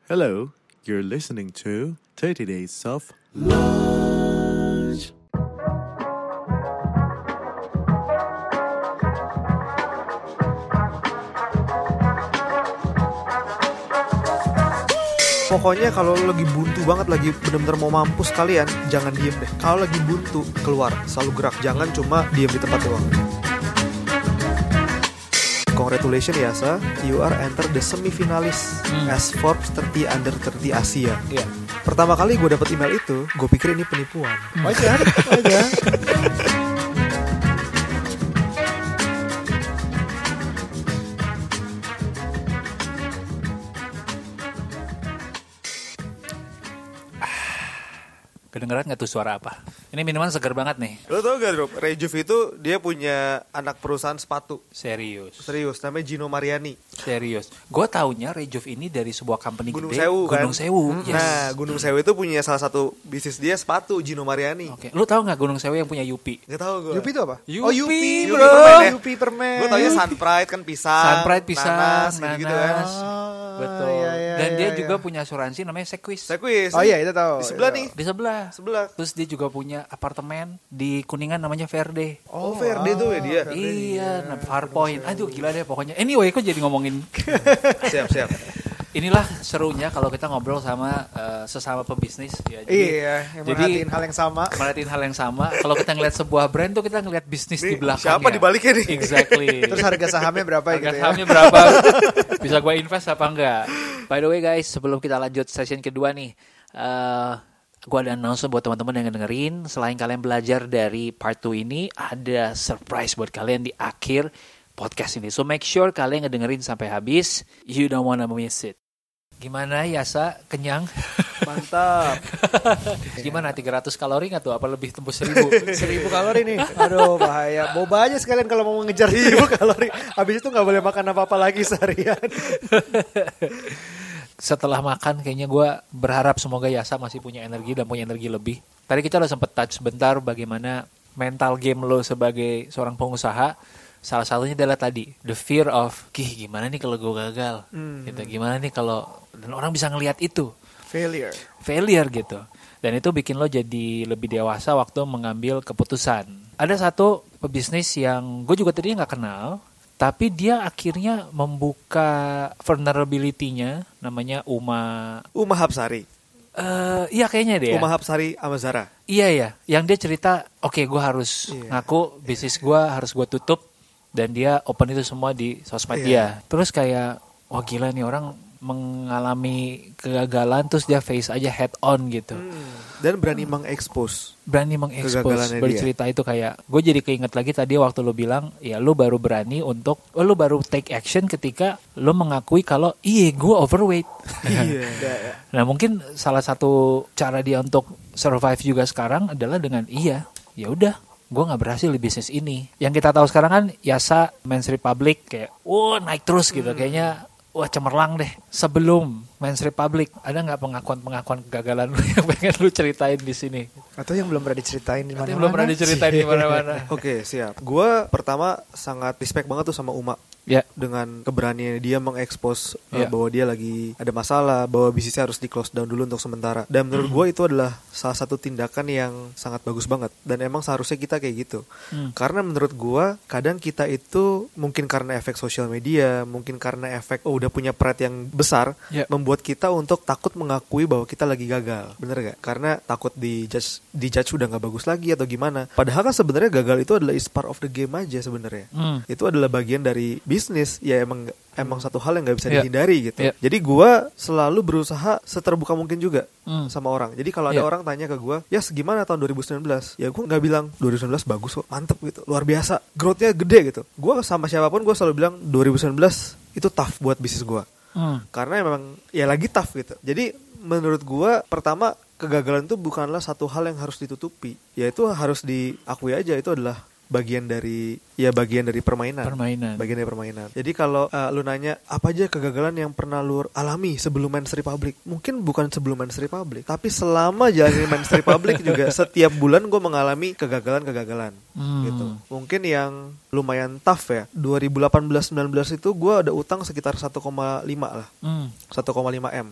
Hello, you're listening to 30 Days of Lunch. Pokoknya kalau lagi buntu banget, lagi bener-bener mau mampus kalian, jangan diem deh. Kalau lagi buntu, keluar, selalu gerak. Jangan cuma diem di tempat doang. Congratulations Yasa, you are enter the semi-finalis as Forbes 30 Under 30 Asia. Iya. Pertama kali gue dapet email itu, gue pikir ini penipuan. Wajar. Kedengeran gak tuh suara apa? Ini minuman segar banget nih. Lo tau gak Drop, Rejuve itu dia punya anak perusahaan sepatu. Serius. Namanya Gino Mariani. Serius. Gue taunya Rejuve ini dari sebuah company Gunung gede. Sewu kan? Gunung Sewu. Yes. Nah, Gunung Sewu itu punya salah satu bisnis dia sepatu, Gino Mariani. Oke. Lu tahu nggak Gunung Sewu yang punya Yupi? Gak tau gue. Yupi itu apa? Yupi, Oh Yupi bro. permen ya? Yupi permen. Gue taunya Sunpride kan pisang, Sunpride pisang, nanas, gitu kan. nanas. Betul. iya, iya, Dan dia iya, juga iya. punya asuransi namanya Sequis. Sequis. Oh iya itu tahu. Di sebelah Itu nih. Di sebelah. Sebelah. Terus dia juga punya apartemen di Kuningan namanya Verde. Oh, Verde tuh ya dia. Iya, nah Farpoint. Aduh gila deh pokoknya. Anyway, kok jadi ngomongin. Siap. Inilah serunya kalau kita ngobrol sama sesama pebisnis ya. Iya, yang jadi merhatiin hal yang sama. merhatiin hal yang sama. Kalau kita ngeliat sebuah brand tuh kita ngeliat bisnis Nih, di belakangnya. siapa di baliknya nih? Exactly. Terus harga sahamnya berapa Harga gitu ya? sahamnya berapa? Bisa gue invest apa enggak? By the way guys, sebelum kita lanjut session kedua nih, gue ada announcement buat teman-teman yang dengerin. Selain kalian belajar dari part 2 ini, ada surprise buat kalian di akhir podcast ini. So make sure kalian ngedengerin sampai habis. You don't wanna miss it. Gimana Yasa? Kenyang? Mantap. Gimana 300 kalori nggak tuh? Apa lebih tembus 1000? 1000 kalori nih. Aduh bahaya. Boba aja sekalian kalau mau mengejar 1000 kalori. Habis itu gak boleh makan apa-apa lagi seharian. Setelah makan kayaknya gue berharap semoga Yasa masih punya energi dan punya energi lebih. Tadi kita udah sempet touch sebentar bagaimana mental game lo sebagai seorang pengusaha. Salah satunya adalah tadi the fear of gimana nih kalau gue gagal, gitu. Gimana nih kalau dan orang bisa ngelihat itu failure gitu. Dan itu bikin lo jadi lebih dewasa waktu mengambil keputusan. Ada satu pebisnis yang gue juga tadinya nggak kenal. Tapi dia akhirnya membuka vulnerability-nya, namanya Uma Hapsari. Iya kayaknya deh ya. Uma Hapsari Amazara. Iya ya, yang dia cerita, oke, gue harus ngaku bisnis gue harus gue tutup dan dia open itu semua di sosmed dia. Terus kayak, wah gila nih orang mengalami kegagalan terus dia face aja head on gitu. Dan berani mengekspos. Berekspos Kegagalannya bercerita itu kayak gue jadi keinget lagi tadi waktu lo bilang ya lo baru berani untuk lo baru take action ketika lo mengakui kalau gue overweight. Iya. Nah mungkin salah satu cara dia untuk survive juga sekarang adalah dengan ya udah gue nggak berhasil di bisnis ini. Yang kita tahu sekarang kan Yasa, Men's Republic kayak naik terus gitu kayaknya. Wah cemerlang deh. Sebelum Men's Republic, ada nggak pengakuan kegagalan lu yang pengen lu ceritain di sini? Atau yang belum pernah diceritain di mana-mana. Belum pernah diceritain di mana-mana. Oke, siap. Gue pertama sangat respect banget tuh sama Uma. Ya. Dengan keberanian dia mengekspos Ya. bahwa dia lagi ada masalah, bahwa bisnisnya harus di close down dulu untuk sementara. Dan menurut gue itu adalah salah satu tindakan yang sangat bagus banget. Dan emang seharusnya kita kayak gitu. Karena menurut gue kadang kita itu mungkin karena efek sosial media, mungkin karena efek udah punya pride yang besar, membuat kita untuk takut mengakui bahwa kita lagi gagal. Bener gak? Karena takut dijudge udah gak bagus lagi atau gimana. Padahal kan sebenarnya gagal itu adalah is part of the game aja sebenarnya. Itu adalah bagian dari bisnis. Ya emang satu hal yang gak bisa dihindari gitu. Jadi gue selalu berusaha seterbuka mungkin juga sama orang. Jadi kalau ada orang tanya ke gue, ya gimana tahun 2019? Ya gue gak bilang 2019 bagus kok, mantep gitu, luar biasa, growth-nya gede gitu. Gue sama siapapun gue selalu bilang 2019 itu tough buat bisnis gue. Karena memang ya lagi tough gitu. Jadi menurut gue pertama kegagalan itu bukanlah satu hal yang harus ditutupi. Ya itu harus diakui aja, itu adalah bagian dari permainan. Bagian dari permainan. Jadi kalau lu nanya apa aja kegagalan yang pernah lu alami sebelum Men's Republic, mungkin bukan sebelum Men's Republic, tapi selama jalanin Men's Republic juga setiap bulan gue mengalami kegagalan gitu. Mungkin yang lumayan tough ya, 2018-19 itu gue ada utang sekitar 1,5 lah, 1,5 M.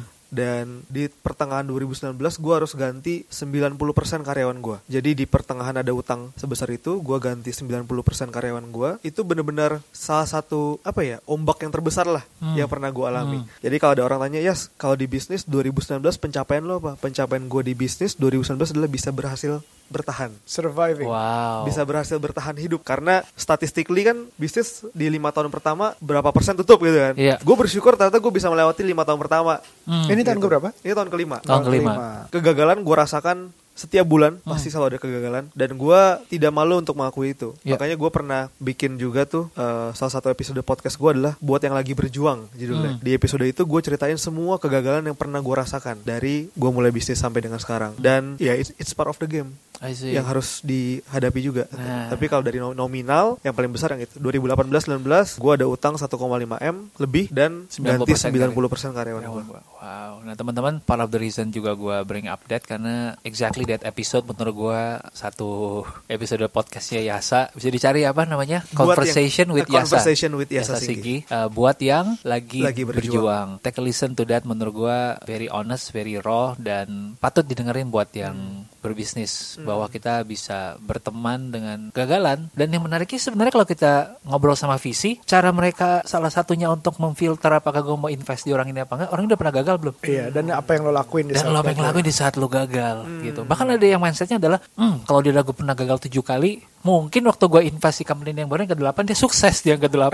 Dan di pertengahan 2019 gue harus ganti 90% karyawan gue. Jadi di pertengahan ada utang sebesar itu, gue ganti 90% karyawan gue. Itu benar-benar salah satu ombak yang terbesar lah yang pernah gue alami. Jadi kalau ada orang tanya, Yas, kalau di bisnis 2019 pencapaian lo apa? Pencapaian gue di bisnis 2019 adalah bisa berhasil bertahan, surviving. Wow. Bisa berhasil bertahan hidup. Karena statistically kan bisnis di 5 tahun pertama berapa persen tutup gitu kan. Gue bersyukur ternyata gue bisa melewati 5 tahun pertama. Ini tahun berapa? Ini tahun kelima. Tahun kelima. Kegagalan gue rasakan setiap bulan, pasti selalu ada kegagalan. Dan gue tidak malu untuk mengakui itu. Makanya gue pernah bikin juga tuh salah satu episode podcast gue adalah Buat Yang Lagi Berjuang judulnya. Di episode itu gue ceritain semua kegagalan yang pernah gue rasakan dari gue mulai bisnis sampai dengan sekarang. Dan ya it's part of the game yang harus dihadapi juga. Tapi kalau dari nominal yang paling besar yang itu 2018-19 gue ada utang 1,5 M lebih dan ganti 90% karyawan gue. Wow. Nah teman-teman, part of the reason juga gue bring update karena exactly that episode menurut gue satu episode podcastnya Yasa bisa dicari apa namanya, Conversation with Yasa Siggi. Buat yang lagi berjuang. Take a listen to that. Menurut gue very honest, very raw, dan patut didengerin buat yang berbisnis, bahwa kita bisa berteman dengan kegagalan. Dan yang menariknya sebenarnya kalau kita ngobrol sama visi, cara mereka salah satunya untuk memfilter apakah gue mau invest di orang ini apa enggak, orang udah pernah gagal belum? Iya, dan apa yang lo lakuin di saat lo gagal gitu. Bahkan ada yang mindsetnya adalah kalau dia gue pernah gagal 7 kali, mungkin waktu gue invest di company yang baru yang ke-8 dia sukses di yang ke-8.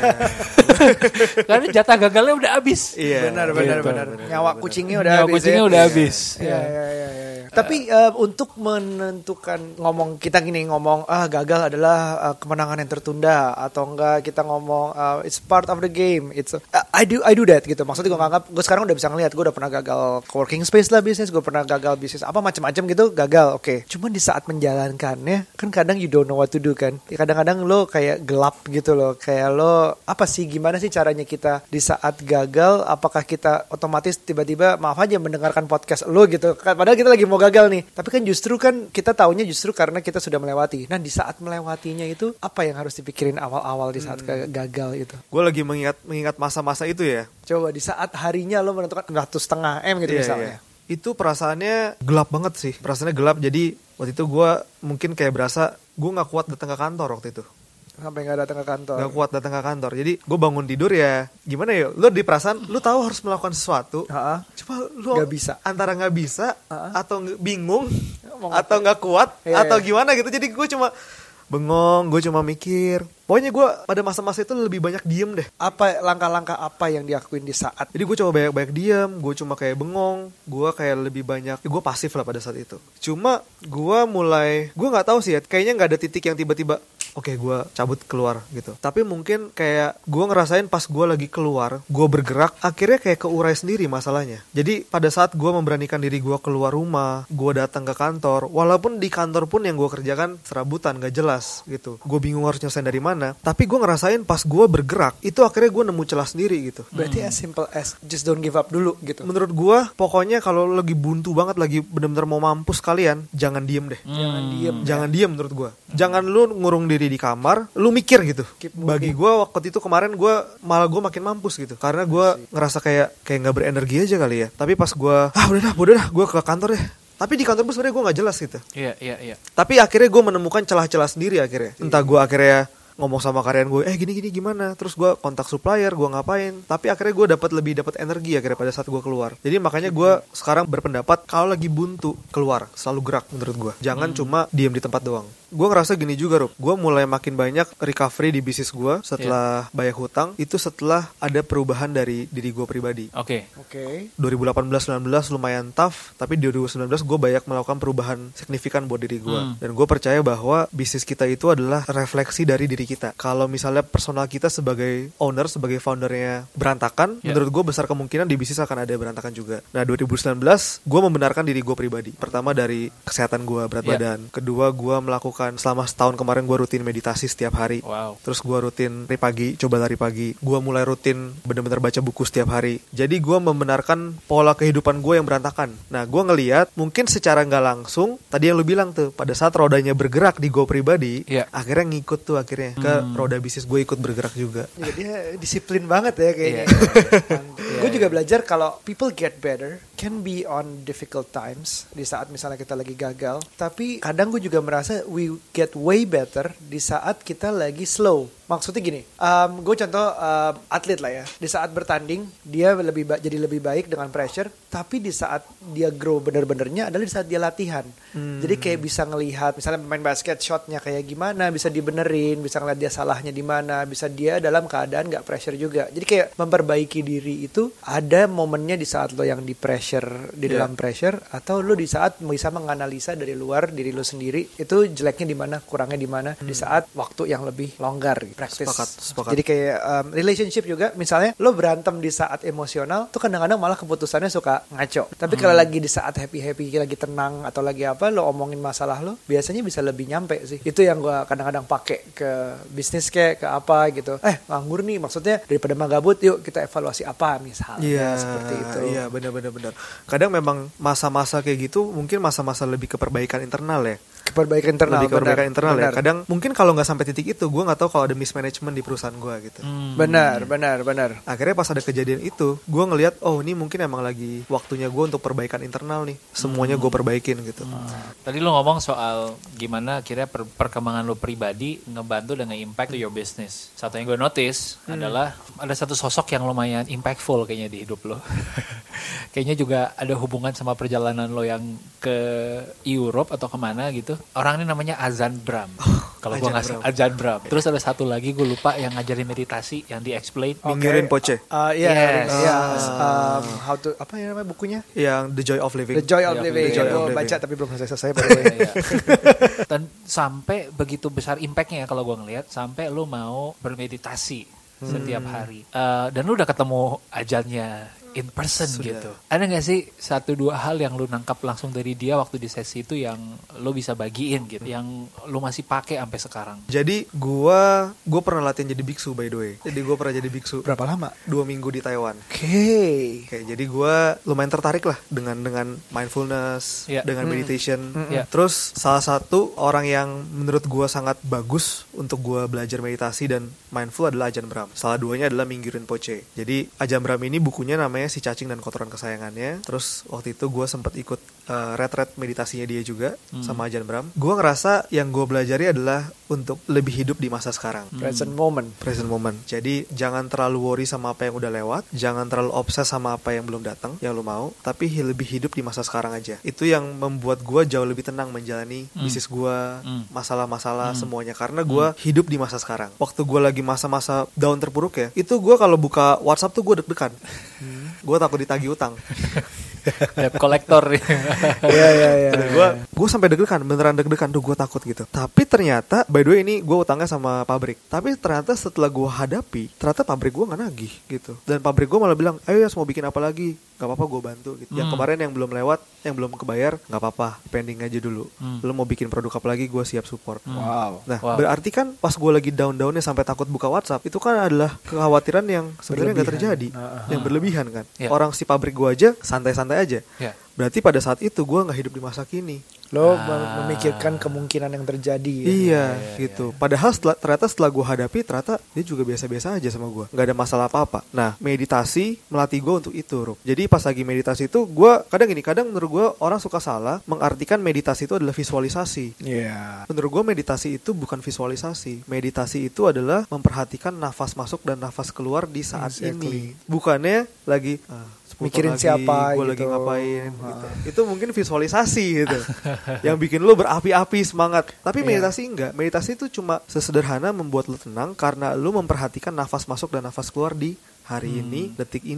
Karena jatah gagalnya udah habis. Benar. Nyawa kucingnya udah habis. Iya. Tapi untuk menentukan kita ngomong gagal adalah kemenangan yang tertunda, atau enggak kita ngomong it's part of the game, it's I do that gitu. Maksudnya gue sekarang udah bisa ngelihat, gue udah pernah gagal co-working space lah bisnis, gue pernah gagal bisnis apa macam-macam gitu, gagal. Oke. Cuman di saat menjalankannya kan kadang you don't know what to do kan. Kadang-kadang lo kayak gelap gitu loh, kayak lo apa sih, gimana sih caranya kita di saat gagal? Apakah kita otomatis tiba-tiba maaf aja mendengarkan podcast lo gitu, padahal kita lagi mau gagal nih, tapi kan justru kan kita taunya justru karena kita sudah melewati. Nah di saat melewatinya itu apa yang harus dipikirin awal-awal di saat gagal itu? Gue lagi mengingat masa-masa itu ya. Coba di saat harinya lo menentukan 1,5 M gitu misalnya. Itu perasaannya gelap banget sih. Perasaannya gelap, jadi waktu itu gue mungkin kayak berasa gue gak kuat datang ke kantor waktu itu. Sampai gak datang ke kantor. Gak kuat datang ke kantor. Jadi gue bangun tidur ya gimana ya, lo di perasaan lo tahu harus melakukan sesuatu, cuma lo gak bisa. Antara gak bisa atau bingung atau gak kuat atau gimana gitu. Jadi gue cuma bengong, gue cuma mikir. Pokoknya gue pada masa-masa itu lebih banyak diem deh. Apa langkah-langkah apa yang diakuin di saat? Jadi gue coba banyak-banyak diem, gue cuma kayak bengong, gue kayak lebih banyak, gue pasif lah pada saat itu. Cuma gue nggak tahu sih ya, kayaknya nggak ada titik yang tiba-tiba oke, gue cabut keluar gitu. Tapi mungkin kayak gue ngerasain pas gue lagi keluar, gue bergerak, akhirnya kayak keurai sendiri masalahnya. Jadi pada saat gue memberanikan diri gue keluar rumah, gue datang ke kantor, walaupun di kantor pun yang gue kerjakan serabutan, gak jelas gitu. Gue bingung harus nyelesain dari mana. Tapi gue ngerasain pas gue bergerak, itu akhirnya gue nemu celah sendiri gitu. Berarti as simple as just don't give up dulu gitu. Menurut gue, pokoknya kalau lagi buntu banget, lagi benar-benar mau mampus kalian, jangan diem deh. Jangan diem menurut gue. Jangan lu ngurung diri di kamar, lu mikir gitu. Bagi gue waktu itu kemarin gue makin mampus gitu, karena gue ngerasa kayak nggak berenergi aja kali ya. Tapi pas gue udah dah gue ke kantor deh. Tapi di kantor gue sebenarnya gue nggak jelas gitu. Iya. Tapi akhirnya gue menemukan celah-celah sendiri akhirnya. Entah gue akhirnya ngomong sama karyawan gue, gini gimana, terus gue kontak supplier, gue ngapain, tapi akhirnya gue lebih dapat energi akhirnya pada saat gue keluar. Jadi makanya gue sekarang berpendapat kalau lagi buntu keluar, selalu gerak menurut gue, jangan cuma diem di tempat doang. Gue ngerasa gini juga, Rob, gue mulai makin banyak recovery di bisnis gue setelah bayar hutang, itu setelah ada perubahan dari diri gue pribadi. Oke. 2018-19 lumayan tough, tapi di 2019 gue banyak melakukan perubahan signifikan buat diri gue. Dan gue percaya bahwa bisnis kita itu adalah refleksi dari diri diri kita. Kalau misalnya personal kita sebagai owner, sebagai foundernya berantakan, menurut gue besar kemungkinan di bisnis akan ada berantakan juga. Nah 2019 gue membenarkan diri gue pribadi. Pertama dari kesehatan gue, berat badan. Kedua gue melakukan selama setahun kemarin gue rutin meditasi setiap hari. Terus gue rutin lari pagi, coba lari pagi. Gue mulai rutin benar-benar baca buku setiap hari. Jadi gue membenarkan pola kehidupan gue yang berantakan. Nah gue ngelihat mungkin secara nggak langsung, tadi yang lu bilang tuh, pada saat rodanya bergerak di gue pribadi, akhirnya ngikut tuh akhirnya ke roda bisnis gue ikut bergerak juga. Ya, dia disiplin banget ya kayaknya. Gue juga belajar kalau people get better can be on difficult times, di saat misalnya kita lagi gagal. Tapi kadang gue juga merasa we get way better di saat kita lagi slow. Maksudnya gini, gue contoh atlet lah ya. Di saat bertanding dia jadi lebih baik dengan pressure. Tapi di saat dia grow bener-benernya adalah di saat dia latihan. Jadi kayak bisa ngelihat misalnya pemain basket shotnya kayak gimana, bisa dibenerin, bisa ngeliat dia salahnya di mana, bisa dia dalam keadaan gak pressure juga. Jadi kayak memperbaiki diri itu ada momennya di saat lo yang di pressure, di dalam pressure, atau lo di saat bisa menganalisa dari luar diri lo sendiri itu jeleknya di mana, kurangnya di mana, di saat waktu yang lebih longgar. Practice. Sepakat. Jadi kayak relationship juga, misalnya lo berantem di saat emosional tuh kadang-kadang malah keputusannya suka ngaco. Tapi kalau lagi di saat happy, lagi tenang atau lagi apa, lo omongin masalah lo, biasanya bisa lebih nyampe sih. Itu yang gue kadang-kadang pakai ke bisnis kayak ke apa gitu. Nganggur nih, maksudnya daripada gabut, yuk kita evaluasi apa misalnya, seperti itu. Iya, benar. Kadang memang masa-masa kayak gitu mungkin masa-masa lebih ke perbaikan internal ya. Perbaikan internal ya. Kadang mungkin kalau nggak sampai titik itu, gue nggak tahu kalau ada mismanagement di perusahaan gue gitu. Benar. Akhirnya pas ada kejadian itu, gue ngelihat, oh ini mungkin emang lagi waktunya gue untuk perbaikan internal nih. Semuanya gue perbaikin gitu. Tadi lo ngomong soal gimana akhirnya perkembangan lo pribadi ngebantu dan nge-impact to your business. Satu yang gue notice adalah ada satu sosok yang lumayan impactful kayaknya di hidup lo. Kayaknya juga ada hubungan sama perjalanan lo yang ke Europe atau kemana gitu. Orang ini namanya Ajahn Brahm. Kalau gue nggak salah, Ajahn Brahm. Terus ada satu lagi gue lupa yang ngajarin meditasi, yang di-explain. Minggu Rinpoche. How to, apa ya namanya bukunya? Yang The Joy of Living. The Joy of Living. Gue baca tapi belum selesai baru. Dan sampai begitu besar impactnya ya kalau gue ngelihat, sampai lu mau bermeditasi setiap hari. Dan lu udah ketemu ajalnya in person gitu. Ada gak sih 1-2 hal yang lu nangkap langsung dari dia waktu di sesi itu yang lu bisa bagiin gitu, yang lu masih pakai sampai sekarang? Jadi gue pernah latihan jadi biksu by the way. Jadi gue pernah jadi biksu. Berapa lama? 2 minggu di Taiwan. Oke. Jadi gue lumayan tertarik lah dengan mindfulness, dengan meditation. Terus salah satu orang yang menurut gue sangat bagus untuk gue belajar meditasi dan mindful adalah Ajahn Brahm. Salah duanya adalah Mingyu Rinpoche. Jadi Ajahn Brahm ini bukunya namanya Si Cacing dan Kotoran Kesayangannya. Terus waktu itu gue sempat ikut retret meditasinya dia juga sama Ajahn Brahm. Gue ngerasa yang gue pelajari adalah untuk lebih hidup di masa sekarang. Present moment. Jadi jangan terlalu worry sama apa yang udah lewat, jangan terlalu obses sama apa yang belum datang, yang lu mau, tapi lebih hidup di masa sekarang aja. Itu yang membuat gue jauh lebih tenang menjalani bisnis gue, masalah-masalah semuanya, karena gue hidup di masa sekarang. Waktu gue lagi masa-masa down terpuruk ya, itu gue kalau buka WhatsApp tuh gue deg-degan. Gue takut ditagih utang. Debt collector. Gue sampai deg-degan, beneran deg-degan tuh, gue takut gitu. Tapi ternyata, by the way ini gue utangnya sama pabrik. Tapi ternyata setelah gue hadapi, ternyata pabrik gue nggak nagih gitu. Dan pabrik gue malah bilang, ayo ya mau bikin apa lagi? Gak apa-apa gue bantu gitu. Yang kemarin yang belum lewat, yang belum kebayar, gak apa-apa, pending aja dulu. Lo mau bikin produk apa lagi, gue siap support. Nah berarti kan pas gue lagi down-downnya sampai takut buka WhatsApp, itu kan adalah kekhawatiran yang sebenarnya gak terjadi, yang berlebihan kan. Orang si pabrik gue aja santai-santai aja. Berarti pada saat itu gue gak hidup di masa kini. Lo memikirkan kemungkinan yang terjadi. Gitu. Padahal ternyata setelah gue hadapi, ternyata dia juga biasa-biasa aja sama gue, gak ada masalah apa-apa. Nah meditasi melatih gue untuk itu, Rup. Jadi pas lagi meditasi itu, gue kadang menurut gue orang suka salah mengartikan meditasi itu adalah visualisasi. Menurut gue meditasi itu bukan visualisasi. Meditasi itu adalah memperhatikan nafas masuk dan nafas keluar di saat ini. Bukannya lagi mikirin siapa gue lagi ngapain gitu. Itu mungkin visualisasi gitu. Yang bikin lo berapi-api semangat. Tapi meditasi enggak. Meditasi itu cuma sesederhana membuat lo tenang karena lo memperhatikan nafas masuk dan nafas keluar di hari ini, detik ini.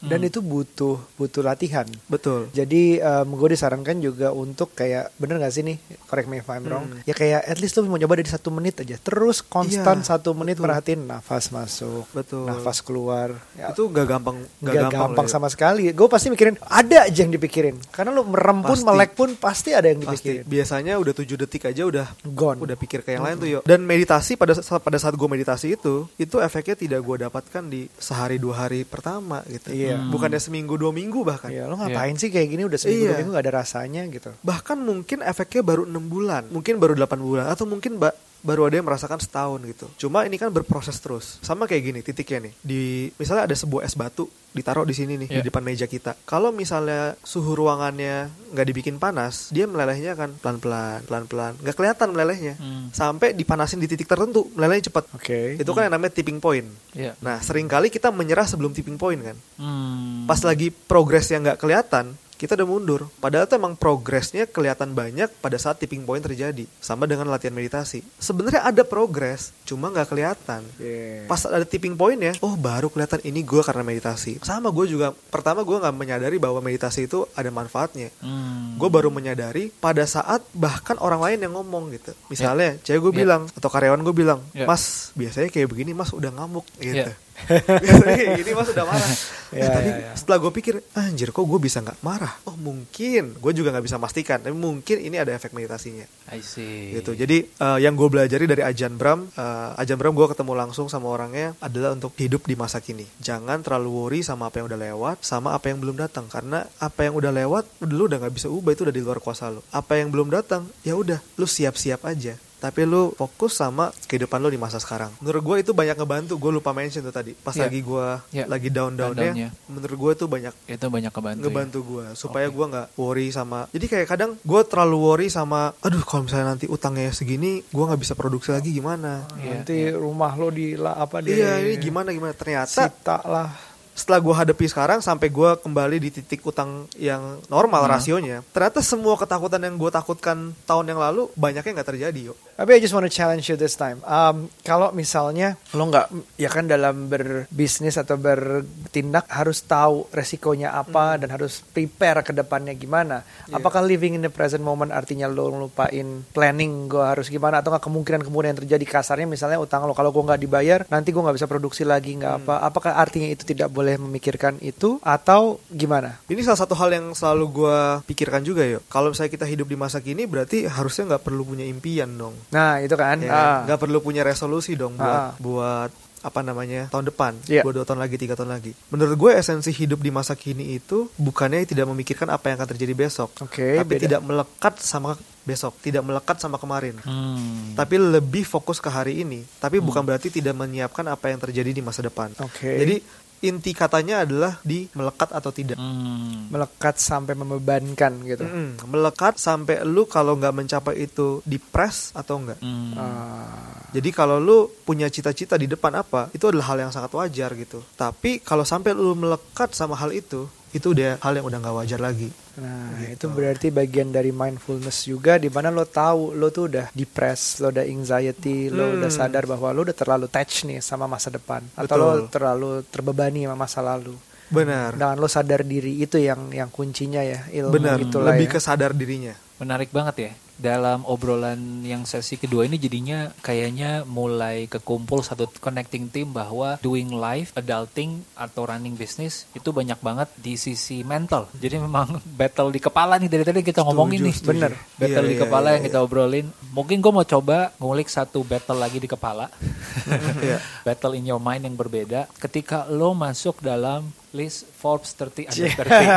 Dan itu butuh latihan. Betul. Jadi gue disarankan juga untuk kayak, bener gak sih nih, correct me if I'm wrong, ya kayak at least lu mau coba dari 1 menit aja, terus konstan 1 menit merhatiin nafas masuk, nafas keluar. Ya, itu gak gampang sama sekali. Gue pasti mikirin, ada aja yang dipikirin. Karena lu merem pun, melek pun pasti ada yang dipikirin. Biasanya udah 7 detik aja udah gone. Udah pikir ke yang lain tuh yo. Dan meditasi pada saat gue meditasi itu efeknya tidak gue dapatkan di sehari 2 hari pertama gitu. Bukannya seminggu 2 minggu bahkan. Iya, lo ngapain sih kayak gini udah seminggu 2 minggu gak ada rasanya gitu. Bahkan mungkin efeknya baru 6 bulan, mungkin baru 8 bulan, atau mungkin baru ada yang merasakan setahun gitu. Cuma ini kan berproses terus. Sama kayak gini titiknya nih. Misalnya ada sebuah es batu ditaruh di sini nih di depan meja kita. Kalau misalnya suhu ruangannya nggak dibikin panas, dia melelehnya kan pelan-pelan, nggak kelihatan melelehnya. Sampai dipanasin di titik tertentu, melelehnya cepat. Itu kan yang namanya tipping point. Nah, seringkali kita menyerah sebelum tipping point kan. Pas lagi progres yang nggak kelihatan, kita udah mundur. Padahal tuh emang progresnya kelihatan banyak pada saat tipping point terjadi. Sama dengan latihan meditasi. Sebenarnya ada progres, cuma nggak kelihatan. Pas ada tipping point ya, oh baru kelihatan ini gue karena meditasi. Sama gue juga, pertama gue nggak menyadari bahwa meditasi itu ada manfaatnya. Gue baru menyadari pada saat bahkan orang lain yang ngomong gitu. Misalnya cewek gue bilang, atau karyawan gue bilang, Mas biasanya kayak begini Mas udah ngamuk gitu. Biasanya kayak gini Mas udah marah. Tapi setelah gue pikir, anjir kok gue bisa gak marah? Oh mungkin, gue juga gak bisa pastikan, tapi mungkin ini ada efek meditasinya. I see. Gitu. Jadi yang gue pelajari dari Ajahn Brahm gue ketemu langsung sama orangnya adalah untuk hidup di masa kini. Jangan terlalu worry sama apa yang udah lewat, sama apa yang belum datang. Karena apa yang udah lewat, lu udah gak bisa ubah, itu udah di luar kuasa lu. Apa yang belum datang, ya udah, lu siap-siap aja. Tapi lu fokus sama kehidupan lu di masa sekarang. Menurut gue itu banyak ngebantu. Gue lupa mention tuh tadi. Pas lagi gue lagi down-downnya. Menurut gue itu banyak ngebantu gue. Supaya gue gak worry sama. Jadi kayak kadang gue terlalu worry sama, aduh kalau misalnya nanti utangnya segini, gue gak bisa produksi lagi gimana. Nanti rumah lo ini gimana. Ternyata sita lah. Setelah gue hadapi sekarang sampai gue kembali di titik utang yang normal rasionya, ternyata semua ketakutan yang gue takutkan tahun yang lalu banyaknya nggak terjadi. Tapi I just want to challenge you this time. Kalau misalnya lo nggak, ya kan dalam berbisnis atau bertindak harus tahu resikonya apa dan harus prepare ke depannya gimana. Apakah living in the present moment artinya lo ngelupain planning gue harus gimana, atau nggak kemungkinan yang terjadi kasarnya misalnya utang lo kalau gue nggak dibayar nanti gue nggak bisa produksi lagi apa. Apakah artinya itu tidak boleh memikirkan itu atau gimana? Ini salah satu hal yang selalu gue pikirkan juga yo. Kalau misalnya kita hidup di masa kini berarti harusnya nggak perlu punya impian dong. Nah itu kan. Nggak perlu punya resolusi dong buat tahun depan, buat 2 tahun lagi, 3 tahun lagi. Menurut gue esensi hidup di masa kini itu bukannya tidak memikirkan apa yang akan terjadi besok, tapi tidak melekat sama besok, tidak melekat sama kemarin, tapi lebih fokus ke hari ini. Tapi bukan berarti tidak menyiapkan apa yang terjadi di masa depan. Jadi inti katanya adalah di melekat atau tidak. Melekat sampai membebankan gitu. Melekat sampai lu kalau nggak mencapai itu depres atau enggak. Jadi kalau lu punya cita-cita di depan apa, itu adalah hal yang sangat wajar gitu. Tapi kalau sampai lu melekat sama hal itu udah hal yang udah nggak wajar lagi. Nah gitu. Itu berarti bagian dari mindfulness juga, di mana lo tahu lo tuh udah depressed, lo udah anxiety, lo udah sadar bahwa lo udah terlalu attached nih sama masa depan. Atau lo terlalu terbebani sama masa lalu. Benar. Dan lo sadar diri itu yang kuncinya ya, ilmu. Benar. Itulah lebih ya. Ke sadar dirinya. Menarik banget ya. Dalam obrolan yang sesi kedua ini jadinya kayaknya mulai kekumpul satu connecting team bahwa doing life, adulting atau running business itu banyak banget di sisi mental. Jadi memang battle di kepala nih, dari tadi kita ngomongin nih. Bener. Battle di kepala yang kita obrolin. Mungkin gue mau coba ngulik satu battle lagi di kepala. Battle in your mind yang berbeda. Ketika lo masuk dalam list Forbes 30 under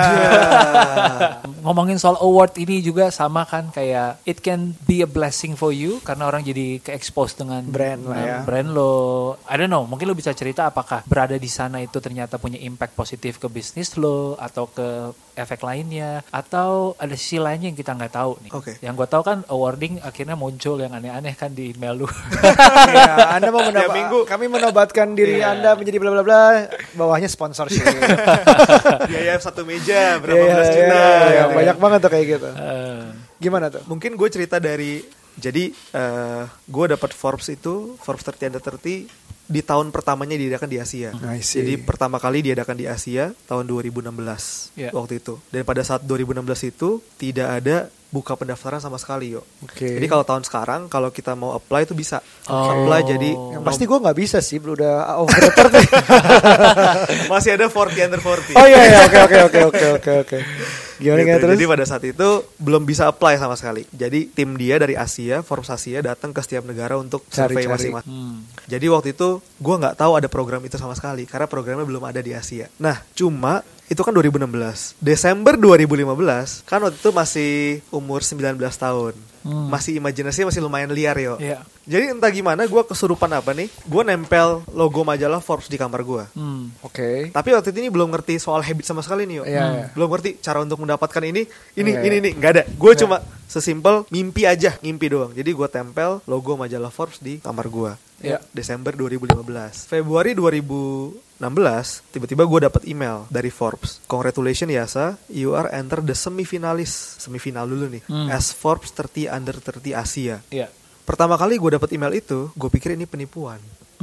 30. Ngomongin soal award ini juga sama kan, kayak it can be a blessing for you karena orang jadi ke-expose dengan brand lah ya. Brand lo. I don't know, mungkin lo bisa cerita apakah berada di sana itu ternyata punya impact positif ke bisnis lo atau ke efek lainnya, atau ada sisi lainnya yang kita nggak tahu nih. Yang gue tahu kan awarding akhirnya muncul yang aneh-aneh kan di email lu. Ya, Anda mau kami menobatkan diri Anda menjadi bla bla bla, bawahnya sponsorship. Biaya 1 meja berapa belas juta. Banyak banget tuh kayak gitu. Gimana tuh? Mungkin gue cerita dari, jadi gue dapat Forbes 30 under 30 di tahun pertamanya diadakan di Asia. Jadi pertama kali diadakan di Asia tahun 2016 waktu itu. Dan pada saat 2016 itu tidak ada buka pendaftaran sama sekali, Jadi kalau tahun sekarang kalau kita mau apply itu bisa apply jadi yang pasti gue nggak bisa sih, udah over the top. Masih ada 40 under 40. Oh iya, oke. Gimana gitu. terus? Jadi pada saat itu belum bisa apply sama sekali. Jadi tim dia dari Asia, Forbes Asia datang ke setiap negara untuk survei masing-masing. Jadi waktu itu gue nggak tahu ada program itu sama sekali karena programnya belum ada di Asia. Nah, cuma itu kan 2016. Desember 2015 kan waktu itu masih umur 19 tahun. Masih imajinasinya masih lumayan liar, Jadi entah gimana gue kesurupan apa nih, gue nempel logo majalah Forbes di kamar gue. Tapi waktu itu ini belum ngerti soal habit sama sekali nih, Belum ngerti cara untuk mendapatkan ini nggak ada. Gue cuma sesimpel mimpi doang. Jadi gue tempel logo majalah Forbes di kamar gue. Desember 2015. Februari 2016 tiba-tiba gue dapat email dari Forbes. Congratulations Yasa, you are enter the semifinal dulu nih, as Forbes 30 under 30 Asia. Pertama kali gue dapat email itu, gue pikir ini penipuan.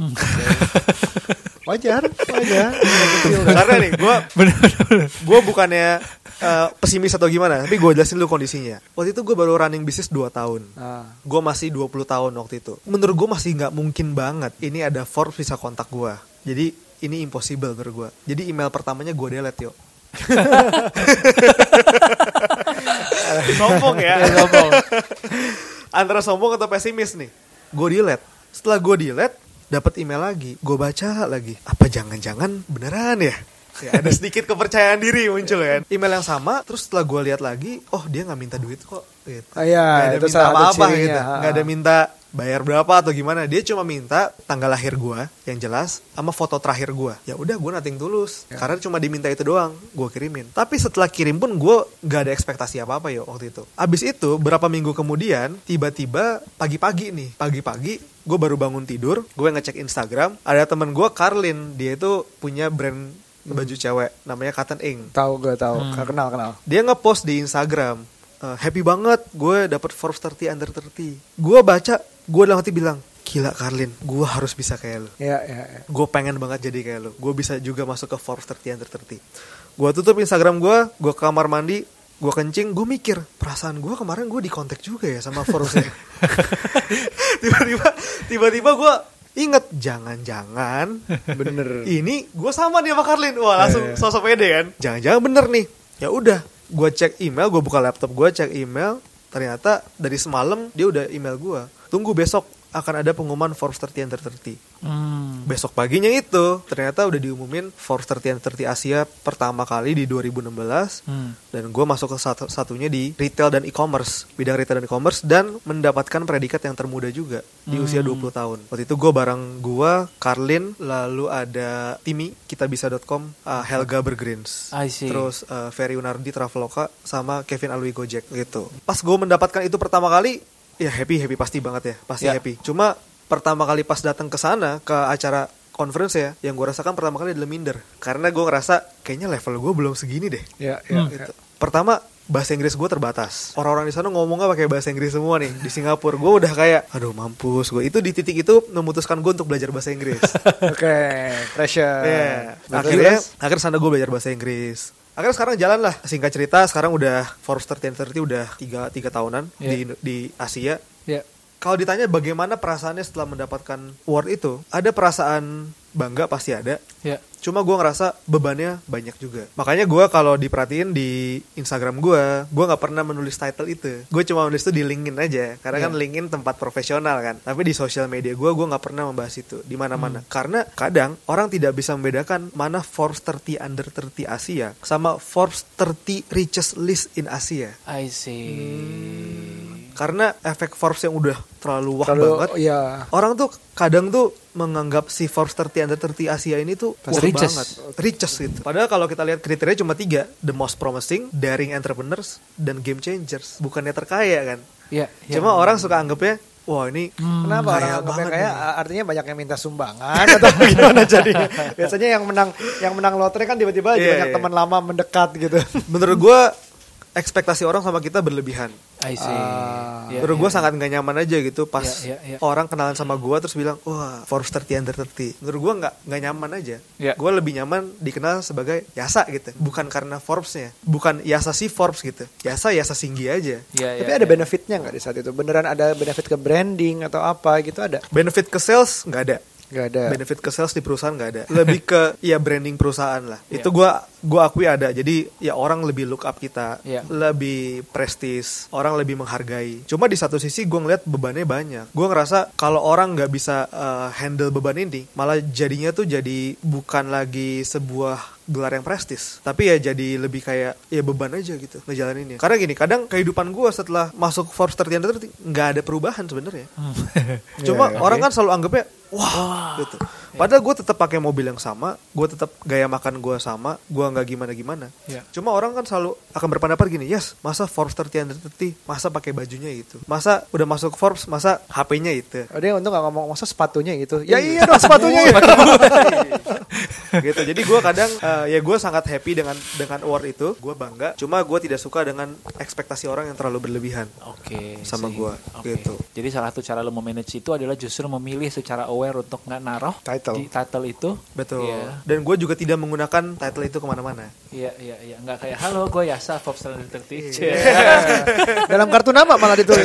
Wajar. Karena nih gue bukannya pesimis atau gimana, tapi gue jelasin dulu kondisinya. Waktu itu gue baru running bisnis 2 tahun. Gue masih 20 tahun waktu itu. Menurut gue masih gak mungkin banget ini ada Forbes bisa kontak gue. Jadi ini impossible menurut gue. Jadi email pertamanya gue delete, Sombong ya. Antara sombong atau pesimis nih. Gue delete. Setelah gue delete, dapat email lagi. Gue baca lagi. Apa jangan-jangan beneran ya? Ada sedikit kepercayaan diri muncul kan. Email yang sama, terus setelah gue lihat lagi, oh dia nggak minta duit kok. Gitu. Gak ada minta apa-apa gitu. Gak ada minta bayar berapa atau gimana. Dia cuma minta tanggal lahir gue yang jelas sama foto terakhir gue. Ya udah, gue nothing tulus. Karena cuma diminta itu doang, gue kirimin. Tapi setelah kirim pun gue gak ada ekspektasi apa-apa waktu itu. Abis itu berapa minggu kemudian, tiba-tiba pagi-pagi gue baru bangun tidur, gue ngecek Instagram, ada temen gue Carlin, dia itu punya brand baju cewek namanya Cotton Ink. Gue tahu. Kenal. Dia ngepost di Instagram, happy banget gue dapet Forbes 30 under 30. Gue baca, gue dalam hati bilang, gila Carlin, gue harus bisa kayak lu. Gue pengen banget jadi kayak lu. Gue bisa juga masuk ke Forbes 30 under 30. Gue tutup Instagram gue ke kamar mandi, gue kencing, gue mikir, perasaan gue kemarin gue dikontak juga ya sama Forbes. tiba-tiba gue inget, jangan-jangan bener ini gue sama nih sama Carlin. Wah, langsung sosok pede kan, jangan-jangan bener nih. Ya udah, gue cek email, gue buka laptop gue cek email, ternyata dari semalam dia udah email gue, tunggu besok akan ada pengumuman Forbes 30 under 30. Besok paginya itu ternyata udah diumumin Forbes 30 under 30 Asia pertama kali di 2016. Dan gue masuk ke satunya di retail dan e-commerce, bidang retail dan e-commerce, dan mendapatkan predikat yang termuda juga di usia 20 tahun. Waktu itu gue bareng gue, Carlin, lalu ada Timi, kitabisa.com, Helga Bergrins, terus Ferry Unardi Traveloka, sama Kevin Alwi Gojek gitu. Pas gue mendapatkan itu pertama kali, ya happy pasti banget ya, pasti happy. Cuma pertama kali pas datang ke sana ke acara conference ya, yang gue rasakan pertama kali adalah minder, karena gue ngerasa kayaknya level gue belum segini deh. Gitu. Pertama, bahasa Inggris gue terbatas. Orang-orang di sana ngomongnya pakai bahasa Inggris semua nih. Di Singapura gue udah kayak, aduh mampus gue. Itu di titik itu memutuskan gue untuk belajar bahasa Inggris. Pressure. Akhirnya sana gue belajar bahasa Inggris. Akhirnya sekarang jalan lah. Singkat cerita, sekarang udah Forbes 30 under 30 udah 3 tahunan di Asia. Kalau ditanya bagaimana perasaannya setelah mendapatkan award itu, ada perasaan bangga pasti ada. Cuma gue ngerasa bebannya banyak juga. Makanya gue kalau diperhatiin di Instagram gue gak pernah menulis title itu. Gue cuma menulis itu di LinkedIn aja, karena kan LinkedIn tempat profesional kan. Tapi di sosial media gue gak pernah membahas itu di mana-mana. Karena kadang orang tidak bisa membedakan mana Forbes 30 under 30 Asia sama Forbes 30 richest list in Asia. I see. Karena efek Forbes yang udah terlalu banget, orang tuh kadang tuh menganggap si Forbes 30 under 30 Asia ini tuh richest gitu. Padahal kalau kita lihat kriteria cuma 3, the most promising, daring entrepreneurs, dan game changers. Bukannya terkaya kan? Cuma orang suka anggapnya, wah ini kenapa orang anggapnya kaya? Artinya banyak yang minta sumbangan atau gimana jadinya? Biasanya yang menang lotre kan tiba-tiba banyak teman lama mendekat gitu. Menurut gue ekspektasi orang sama kita berlebihan. I see. Menurut gue sangat gak nyaman aja gitu pas Yeah. orang kenalan sama gue terus bilang, wah Forbes 30 under 30. Menurut gue gak nyaman aja. Yeah. Gue lebih nyaman dikenal sebagai Yasa gitu. Bukan karena Forbes-nya. Bukan Yasa si Forbes gitu. Yasa Singgi aja. Tapi ada benefitnya nggak di saat itu? Beneran ada benefit ke branding atau apa gitu ada? Benefit ke sales gak ada. Gak ada. Benefit ke sales di perusahaan gak ada. Lebih ke ya branding perusahaan lah. Itu gue akui ada. Jadi ya orang lebih look up kita, lebih prestis, orang lebih menghargai. Cuma di satu sisi gue ngeliat bebannya banyak. Gue ngerasa kalau orang nggak bisa handle beban ini, malah jadinya tuh jadi bukan lagi sebuah gelar yang prestis, tapi ya jadi lebih kayak ya beban aja gitu ngejalaninnya. Karena gini, kadang kehidupan gue setelah masuk Forbes 30 under 30 nggak ada perubahan sebenarnya. Cuma orang kan selalu anggapnya wah gitu. Padahal gue tetap pakai mobil yang sama, gue tetap gaya makan gue sama, gue nggak gimana. Cuma orang kan selalu akan berpendapat gini, yes, masa Forbes 30 under 30, masa pakai bajunya itu, masa udah masuk Forbes, masa HP-nya itu. Dia untung nggak ngomong masa sepatunya gitu. Ya iya dong sepatunya. Gitu. Jadi gue kadang ya gue sangat happy dengan award itu, gue bangga. Cuma gue tidak suka dengan ekspektasi orang yang terlalu berlebihan. Sama gue. Gitu. Jadi salah satu cara lo memanage itu adalah justru memilih secara aware untuk nggak naruh di title itu. Betul. Dan gue juga tidak menggunakan title itu kemana-mana. Iya. Nggak kayak halo gue Yasa Forbes 30. Dalam kartu nama malah ditulis.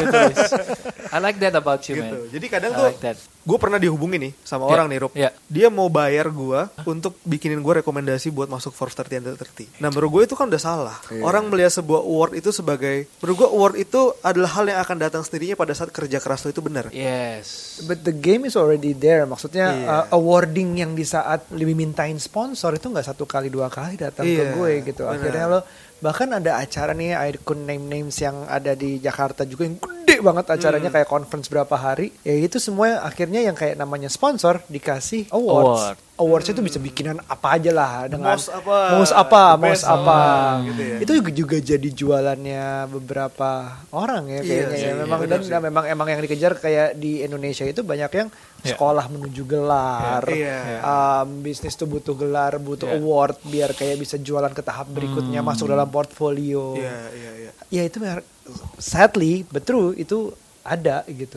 I like that about you, gitu. man. Jadi kadang tuh gue pernah dihubungi nih sama orang nih, Rup. Dia mau bayar gue untuk bikinin gue rekomendasi buat masuk Forbes 30 under 30. Nah menurut gue itu kan udah salah. Orang melihat sebuah award itu sebagai, menurut gue award itu adalah hal yang akan datang sendirinya pada saat kerja keras lo itu benar. Yes. But the game is already there. Maksudnya awarding yang di saat lebih mintain sponsor itu nggak 1 kali 2 kali datang ke gue gitu. Akhirnya lo bahkan ada acara nih, I could name names yang ada di Jakarta juga yang gede banget acaranya kayak conference berapa hari. Ya itu semua akhirnya yang kayak namanya sponsor dikasih awards. Awards itu bisa bikinan apa aja lah dengan most apa gitu ya. Itu juga jadi jualannya beberapa orang ya kayaknya ya. Memang dan memang yang dikejar kayak di Indonesia itu banyak yang sekolah menuju gelar, bisnis tuh butuh gelar, butuh award biar kayak bisa jualan ke tahap berikutnya, masuk dalam portfolio. Ya itu sadly, but true itu ada gitu.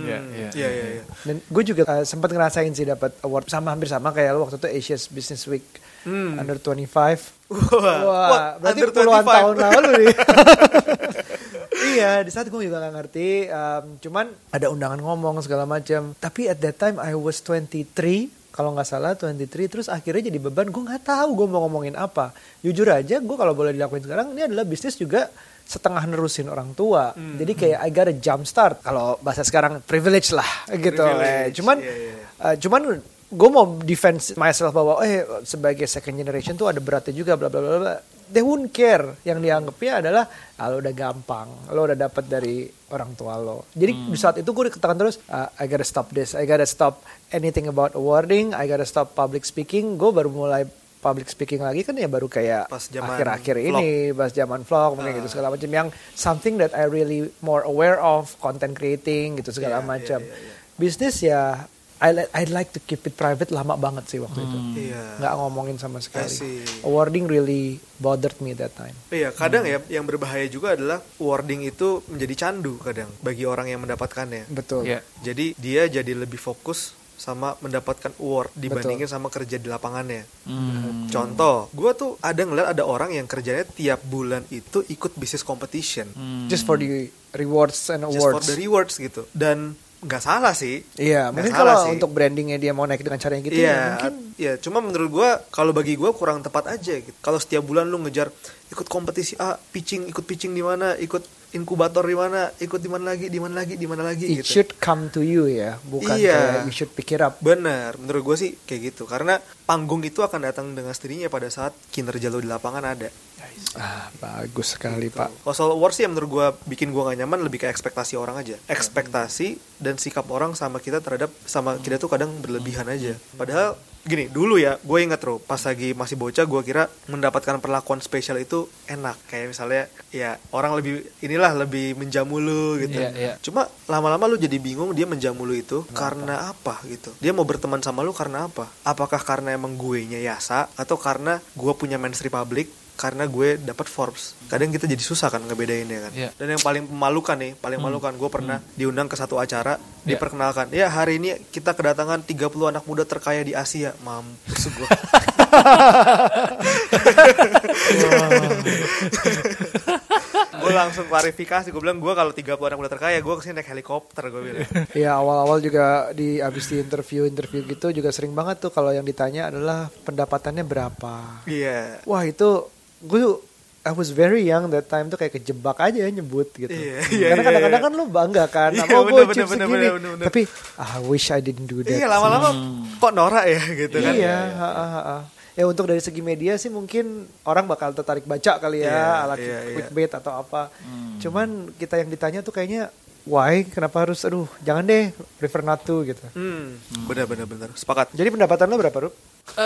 Dan gue juga sempat ngerasain sih dapat award hampir sama kayak lo waktu itu Asia's Business Week under 25. Wah, berarti puluhan tahun lalu nih. Iya, di saat gue juga gak ngerti. Cuman ada undangan ngomong segala macam. Tapi at that time I was 23. Kalau nggak salah 23, terus akhirnya jadi beban. Gue nggak tahu gue mau ngomongin apa. Jujur aja, gue kalau boleh dilakuin sekarang, ini adalah bisnis juga setengah nerusin orang tua. Jadi kayak I got a jump start. Kalau bahasa sekarang privilege lah gitu. Cuman gue mau defense myself bahwa sebagai second generation tuh ada beratnya juga bla bla bla bla. They won't care. Yang dianggapnya adalah lo udah gampang, lo udah dapat dari orang tua lo. Jadi di saat itu gue dikatakan terus I gotta stop this, I gotta stop anything about awarding, I gotta stop public speaking. Gue baru mulai public speaking lagi kan ya baru kayak akhir-akhir ini pas zaman vlog mungkin gitu segala macam, yang something that I really more aware of, content creating gitu segala macam. Bisnis ya I'd like to keep it private lama banget sih waktu itu. Nggak ngomongin sama sekali. Awarding really bothered me that time. Kadang ya yang berbahaya juga adalah awarding itu menjadi candu kadang bagi orang yang mendapatkannya. Betul. Jadi dia jadi lebih fokus sama mendapatkan award dibandingin sama kerja di lapangannya. Contoh, gue tuh ada ngeliat ada orang yang kerjanya tiap bulan itu ikut business competition. Just for the rewards and awards. Just for the rewards gitu. Dan nggak salah sih. Iya, mungkin kalau untuk brandingnya dia mau naik dengan cara yang gitu mungkin. Iya, cuma menurut gue kalau bagi gue kurang tepat aja gitu. Kalau setiap bulan lu ngejar ikut kompetisi ikut pitching di mana, ikut inkubator di mana, ikut di mana lagi It gitu. should come to you ya, bukan kayak you should pick it up. Bener, menurut gue sih kayak gitu. Karena panggung itu akan datang dengan sendirinya pada saat kinerja lo di lapangan ada. Bagus sekali gitu. Pak. Kalau soal awards sih yang menurut gue bikin gue gak nyaman lebih ke ekspektasi orang aja. Ekspektasi dan sikap orang sama kita tuh kadang berlebihan aja. Padahal gini, dulu ya gue inget pas lagi masih bocah gue kira mendapatkan perlakuan spesial itu enak. Kayak misalnya ya orang lebih menjamu lu gitu. Cuma lama-lama lu jadi bingung dia menjamu lu itu karena apa gitu. Dia mau berteman sama lu karena apa? Apakah karena emang gue nya Yasa, atau karena gue punya Men's Republic, karena gue dapat Forbes. Kadang kita jadi susah kan ngebedainnya kan. Dan yang paling memalukan nih, gue pernah diundang ke satu acara, diperkenalkan. Ya, hari ini kita kedatangan 30 anak muda terkaya di Asia. Mampus gue. Gue langsung klarifikasi, gue bilang gue kalau 30 anak muda terkaya gue kesini naik helikopter, gue bilang. Iya, awal-awal juga abis di interview gitu juga sering banget tuh kalau yang ditanya adalah pendapatannya berapa. Iya. Wah, itu I was very young that time tuh kayak kejebak aja nyebut gitu. Karena kadang-kadang kan lo bangga kan, gue chip segini. Tapi I wish I didn't do that. Iya, lama-lama kok norak ya gitu kan. Iya, ya untuk dari segi media sih mungkin orang bakal tertarik baca kali ya, ala clickbait atau apa. Cuman kita yang ditanya tuh kayaknya why, kenapa harus, jangan deh, prefer not to gitu. Benar. Sepakat. Jadi pendapatan lo berapa, Rup?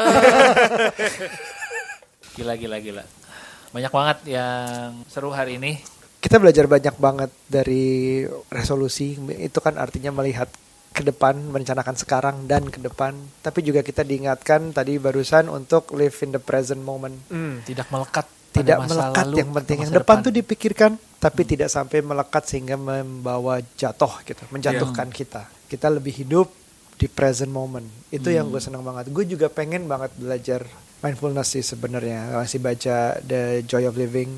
Gila. Banyak banget yang seru hari ini. Kita belajar banyak banget dari resolusi. Itu kan artinya melihat ke depan, merencanakan sekarang dan ke depan. Tapi juga kita diingatkan tadi barusan untuk live in the present moment. Tidak melekat. Tidak melekat, lalu, yang penting yang depan tuh dipikirkan, tapi tidak sampai melekat sehingga membawa jatuh gitu, menjatuhkan kita. Kita lebih hidup di present moment. Itu yang gue senang banget. Gue juga pengen banget belajar mindfulness sih sebenarnya. Masih baca The Joy of Living,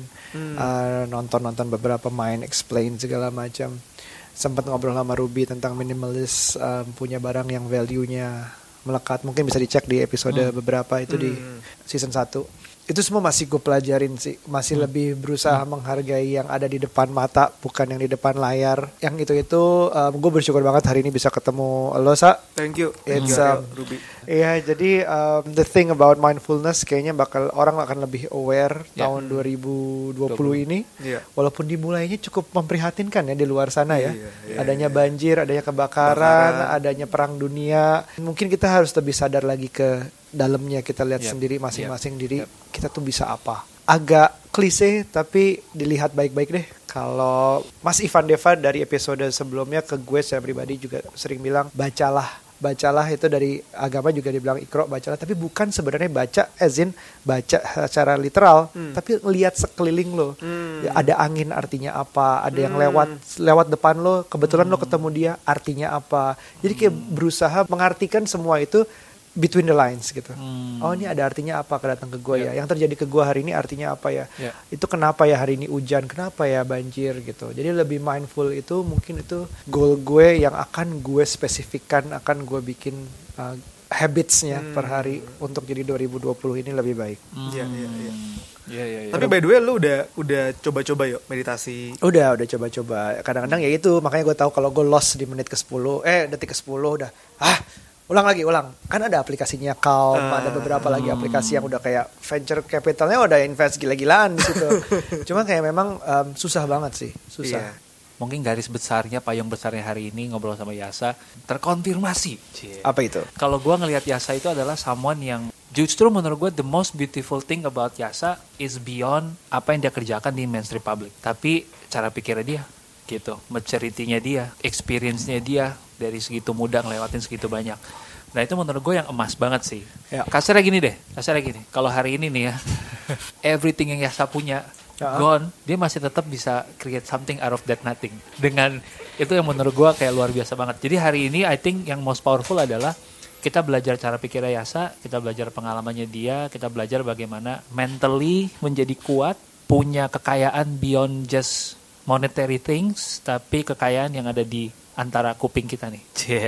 nonton beberapa Mind Explain segala macam. Sempat ngobrol sama Ruby tentang minimalis, punya barang yang value-nya melekat. Mungkin bisa dicek di episode beberapa itu di season 1. Itu semua masih gue pelajarin sih. Masih lebih berusaha menghargai yang ada di depan mata, bukan yang di depan layar. Yang itu gue bersyukur banget hari ini bisa ketemu lo, Sa. Thank you. It's Ruby. Iya, jadi the thing about mindfulness kayaknya orang akan lebih aware tahun 2020 ini. Walaupun dimulainya cukup memprihatinkan ya di luar sana ya. Adanya banjir, adanya kebakaran, adanya perang dunia. Mungkin kita harus lebih sadar lagi ke dalamnya, kita lihat sendiri masing-masing diri kita tuh bisa apa. Agak klise tapi dilihat baik-baik deh. Kalau Mas Ivan Deva dari episode sebelumnya ke gue secara pribadi juga sering bilang bacalah itu dari agama juga dibilang ikro, bacalah, tapi bukan sebenarnya baca as in baca secara literal, tapi lihat sekeliling lo. Ya, ada angin artinya apa, ada yang lewat depan lo, kebetulan lo ketemu dia artinya apa. Jadi kayak berusaha mengartikan semua itu between the lines gitu. Oh, ini ada artinya apa datang ke gue ya. Yang terjadi ke gue hari ini artinya apa ya. Itu kenapa ya hari ini hujan, kenapa ya banjir gitu. Jadi lebih mindful itu mungkin itu goal gue yang akan gue spesifikkan, akan gue bikin habitsnya per hari untuk jadi 2020 ini lebih baik. Iya. Tapi by the way lu udah coba-coba yuk meditasi? Udah coba-coba. Kadang-kadang ya itu, makanya gue tahu kalau gue lost di menit ke-10, detik ke-10 udah ulang. Kan ada aplikasinya Calm, ada beberapa lagi aplikasi yang udah kayak venture capitalnya udah invest gila-gilaan di situ. Cuma kayak memang susah banget sih, susah. Mungkin garis besarnya, payung besarnya hari ini ngobrol sama Yasa terkonfirmasi. Apa itu? Kalau gue ngelihat Yasa itu adalah someone yang justru menurut gue the most beautiful thing about Yasa is beyond apa yang dia kerjakan di mainstream public. Tapi cara pikirnya dia gitu, maturity-nya dia, experience-nya dia dari segitu muda ngelewatin segitu banyak. Nah itu menurut gue yang emas banget sih. Kasarnya gini. Kalau hari ini nih ya, everything yang Yasa punya gone, dia masih tetap bisa create something out of that nothing. Dengan itu yang menurut gue kayak luar biasa banget. Jadi hari ini I think yang most powerful adalah kita belajar cara pikirnya Yasa, kita belajar pengalamannya dia, kita belajar bagaimana mentally menjadi kuat, punya kekayaan beyond just monetary things, tapi kekayaan yang ada di antara kuping kita nih.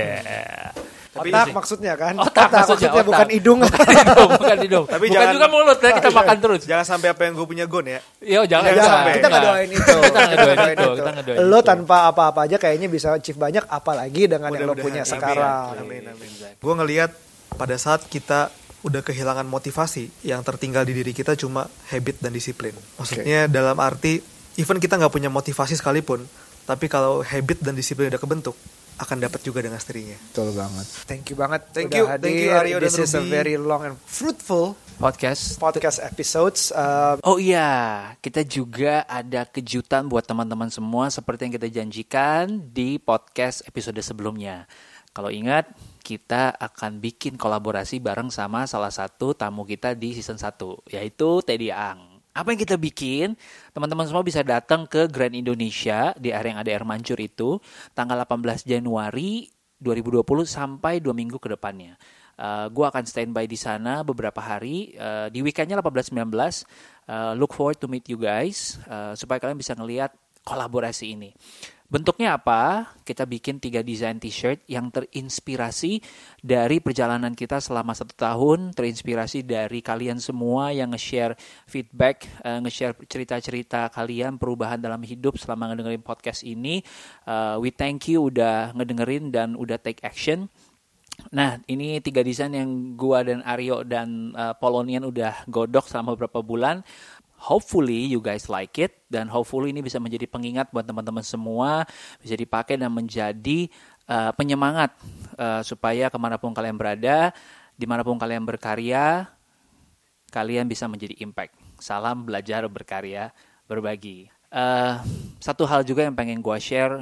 Otak maksudnya kan? Otak maksudnya bukan hidung. Bukan hidung. Tapi bukan jangan, juga mulut ya, kita makan terus. Jangan sampai apa yang gue punya gone ya. Iya, jangan sampai. Kita ngedoain itu. Kita ngedoain lo tanpa apa-apa aja kayaknya bisa achieve banyak, apalagi dengan yang lo punya sekarang. Amin. Gue ngelihat pada saat kita udah kehilangan motivasi, yang tertinggal di diri kita cuma habit dan disiplin. Maksudnya dalam arti even kita nggak punya motivasi sekalipun, tapi kalau habit dan disiplin udah kebentuk, akan dapat juga dengan sendirinya. Betul banget. Thank you banget. Thank you Aryo dan Ruby. This is a very long and fruitful podcast episodes. Oh iya, kita juga ada kejutan buat teman-teman semua seperti yang kita janjikan di podcast episode sebelumnya. Kalau ingat, kita akan bikin kolaborasi bareng sama salah satu tamu kita di season 1, yaitu Teddy Ang. Apa yang kita bikin, teman-teman semua bisa datang ke Grand Indonesia di area yang ada air mancur itu, tanggal 18 Januari 2020 sampai 2 minggu ke depannya. Gue akan standby di sana beberapa hari, di weekendnya 18-19, look forward to meet you guys, supaya kalian bisa ngelihat kolaborasi ini. Bentuknya apa? Kita bikin 3 desain t-shirt yang terinspirasi dari perjalanan kita selama 1 tahun, terinspirasi dari kalian semua yang nge-share feedback, nge-share cerita-cerita kalian, perubahan dalam hidup selama ngedengerin podcast ini. We thank you udah ngedengerin dan udah take action. Nah, ini 3 desain yang gua dan Aryo dan Polonian udah godok selama beberapa bulan. Hopefully you guys like it, dan hopefully ini bisa menjadi pengingat buat teman-teman semua, bisa dipakai dan menjadi penyemangat supaya kemanapun kalian berada, dimanapun kalian berkarya, kalian bisa menjadi impact. Salam belajar, berkarya, berbagi. Satu hal juga yang pengen gue share,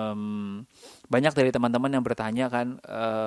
banyak dari teman-teman yang bertanya kan,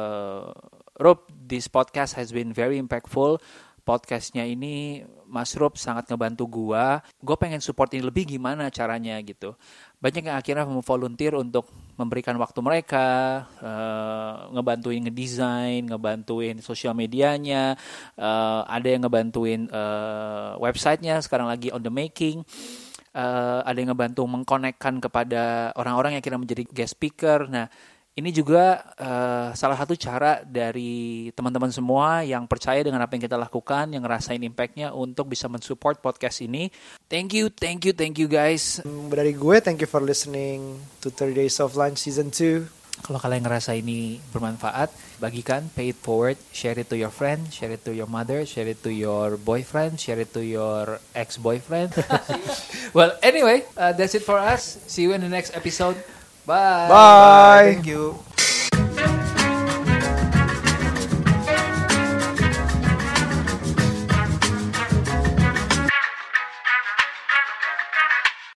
Rob, this podcast has been very impactful. Podcastnya ini Mas Rob sangat ngebantu gue pengen support ini lebih, gimana caranya gitu. Banyak yang akhirnya volunteer untuk memberikan waktu mereka, ngebantuin ngedesain, ngebantuin sosial medianya, ada yang ngebantuin websitenya sekarang lagi on the making, ada yang ngebantu mengkonekkan kepada orang-orang yang kira menjadi guest speaker. Nah, ini juga salah satu cara dari teman-teman semua yang percaya dengan apa yang kita lakukan, yang ngerasain impact-nya untuk bisa mensupport podcast ini. Thank you guys. Dari gue, thank you for listening to 30 Days of Lunch Season 2. Kalau kalian ngerasa ini bermanfaat, bagikan, pay it forward, share it to your friend, share it to your mother, share it to your boyfriend, share it to your ex-boyfriend. Well, anyway, that's it for us. See you in the next episode. Bye. Bye. Thank you.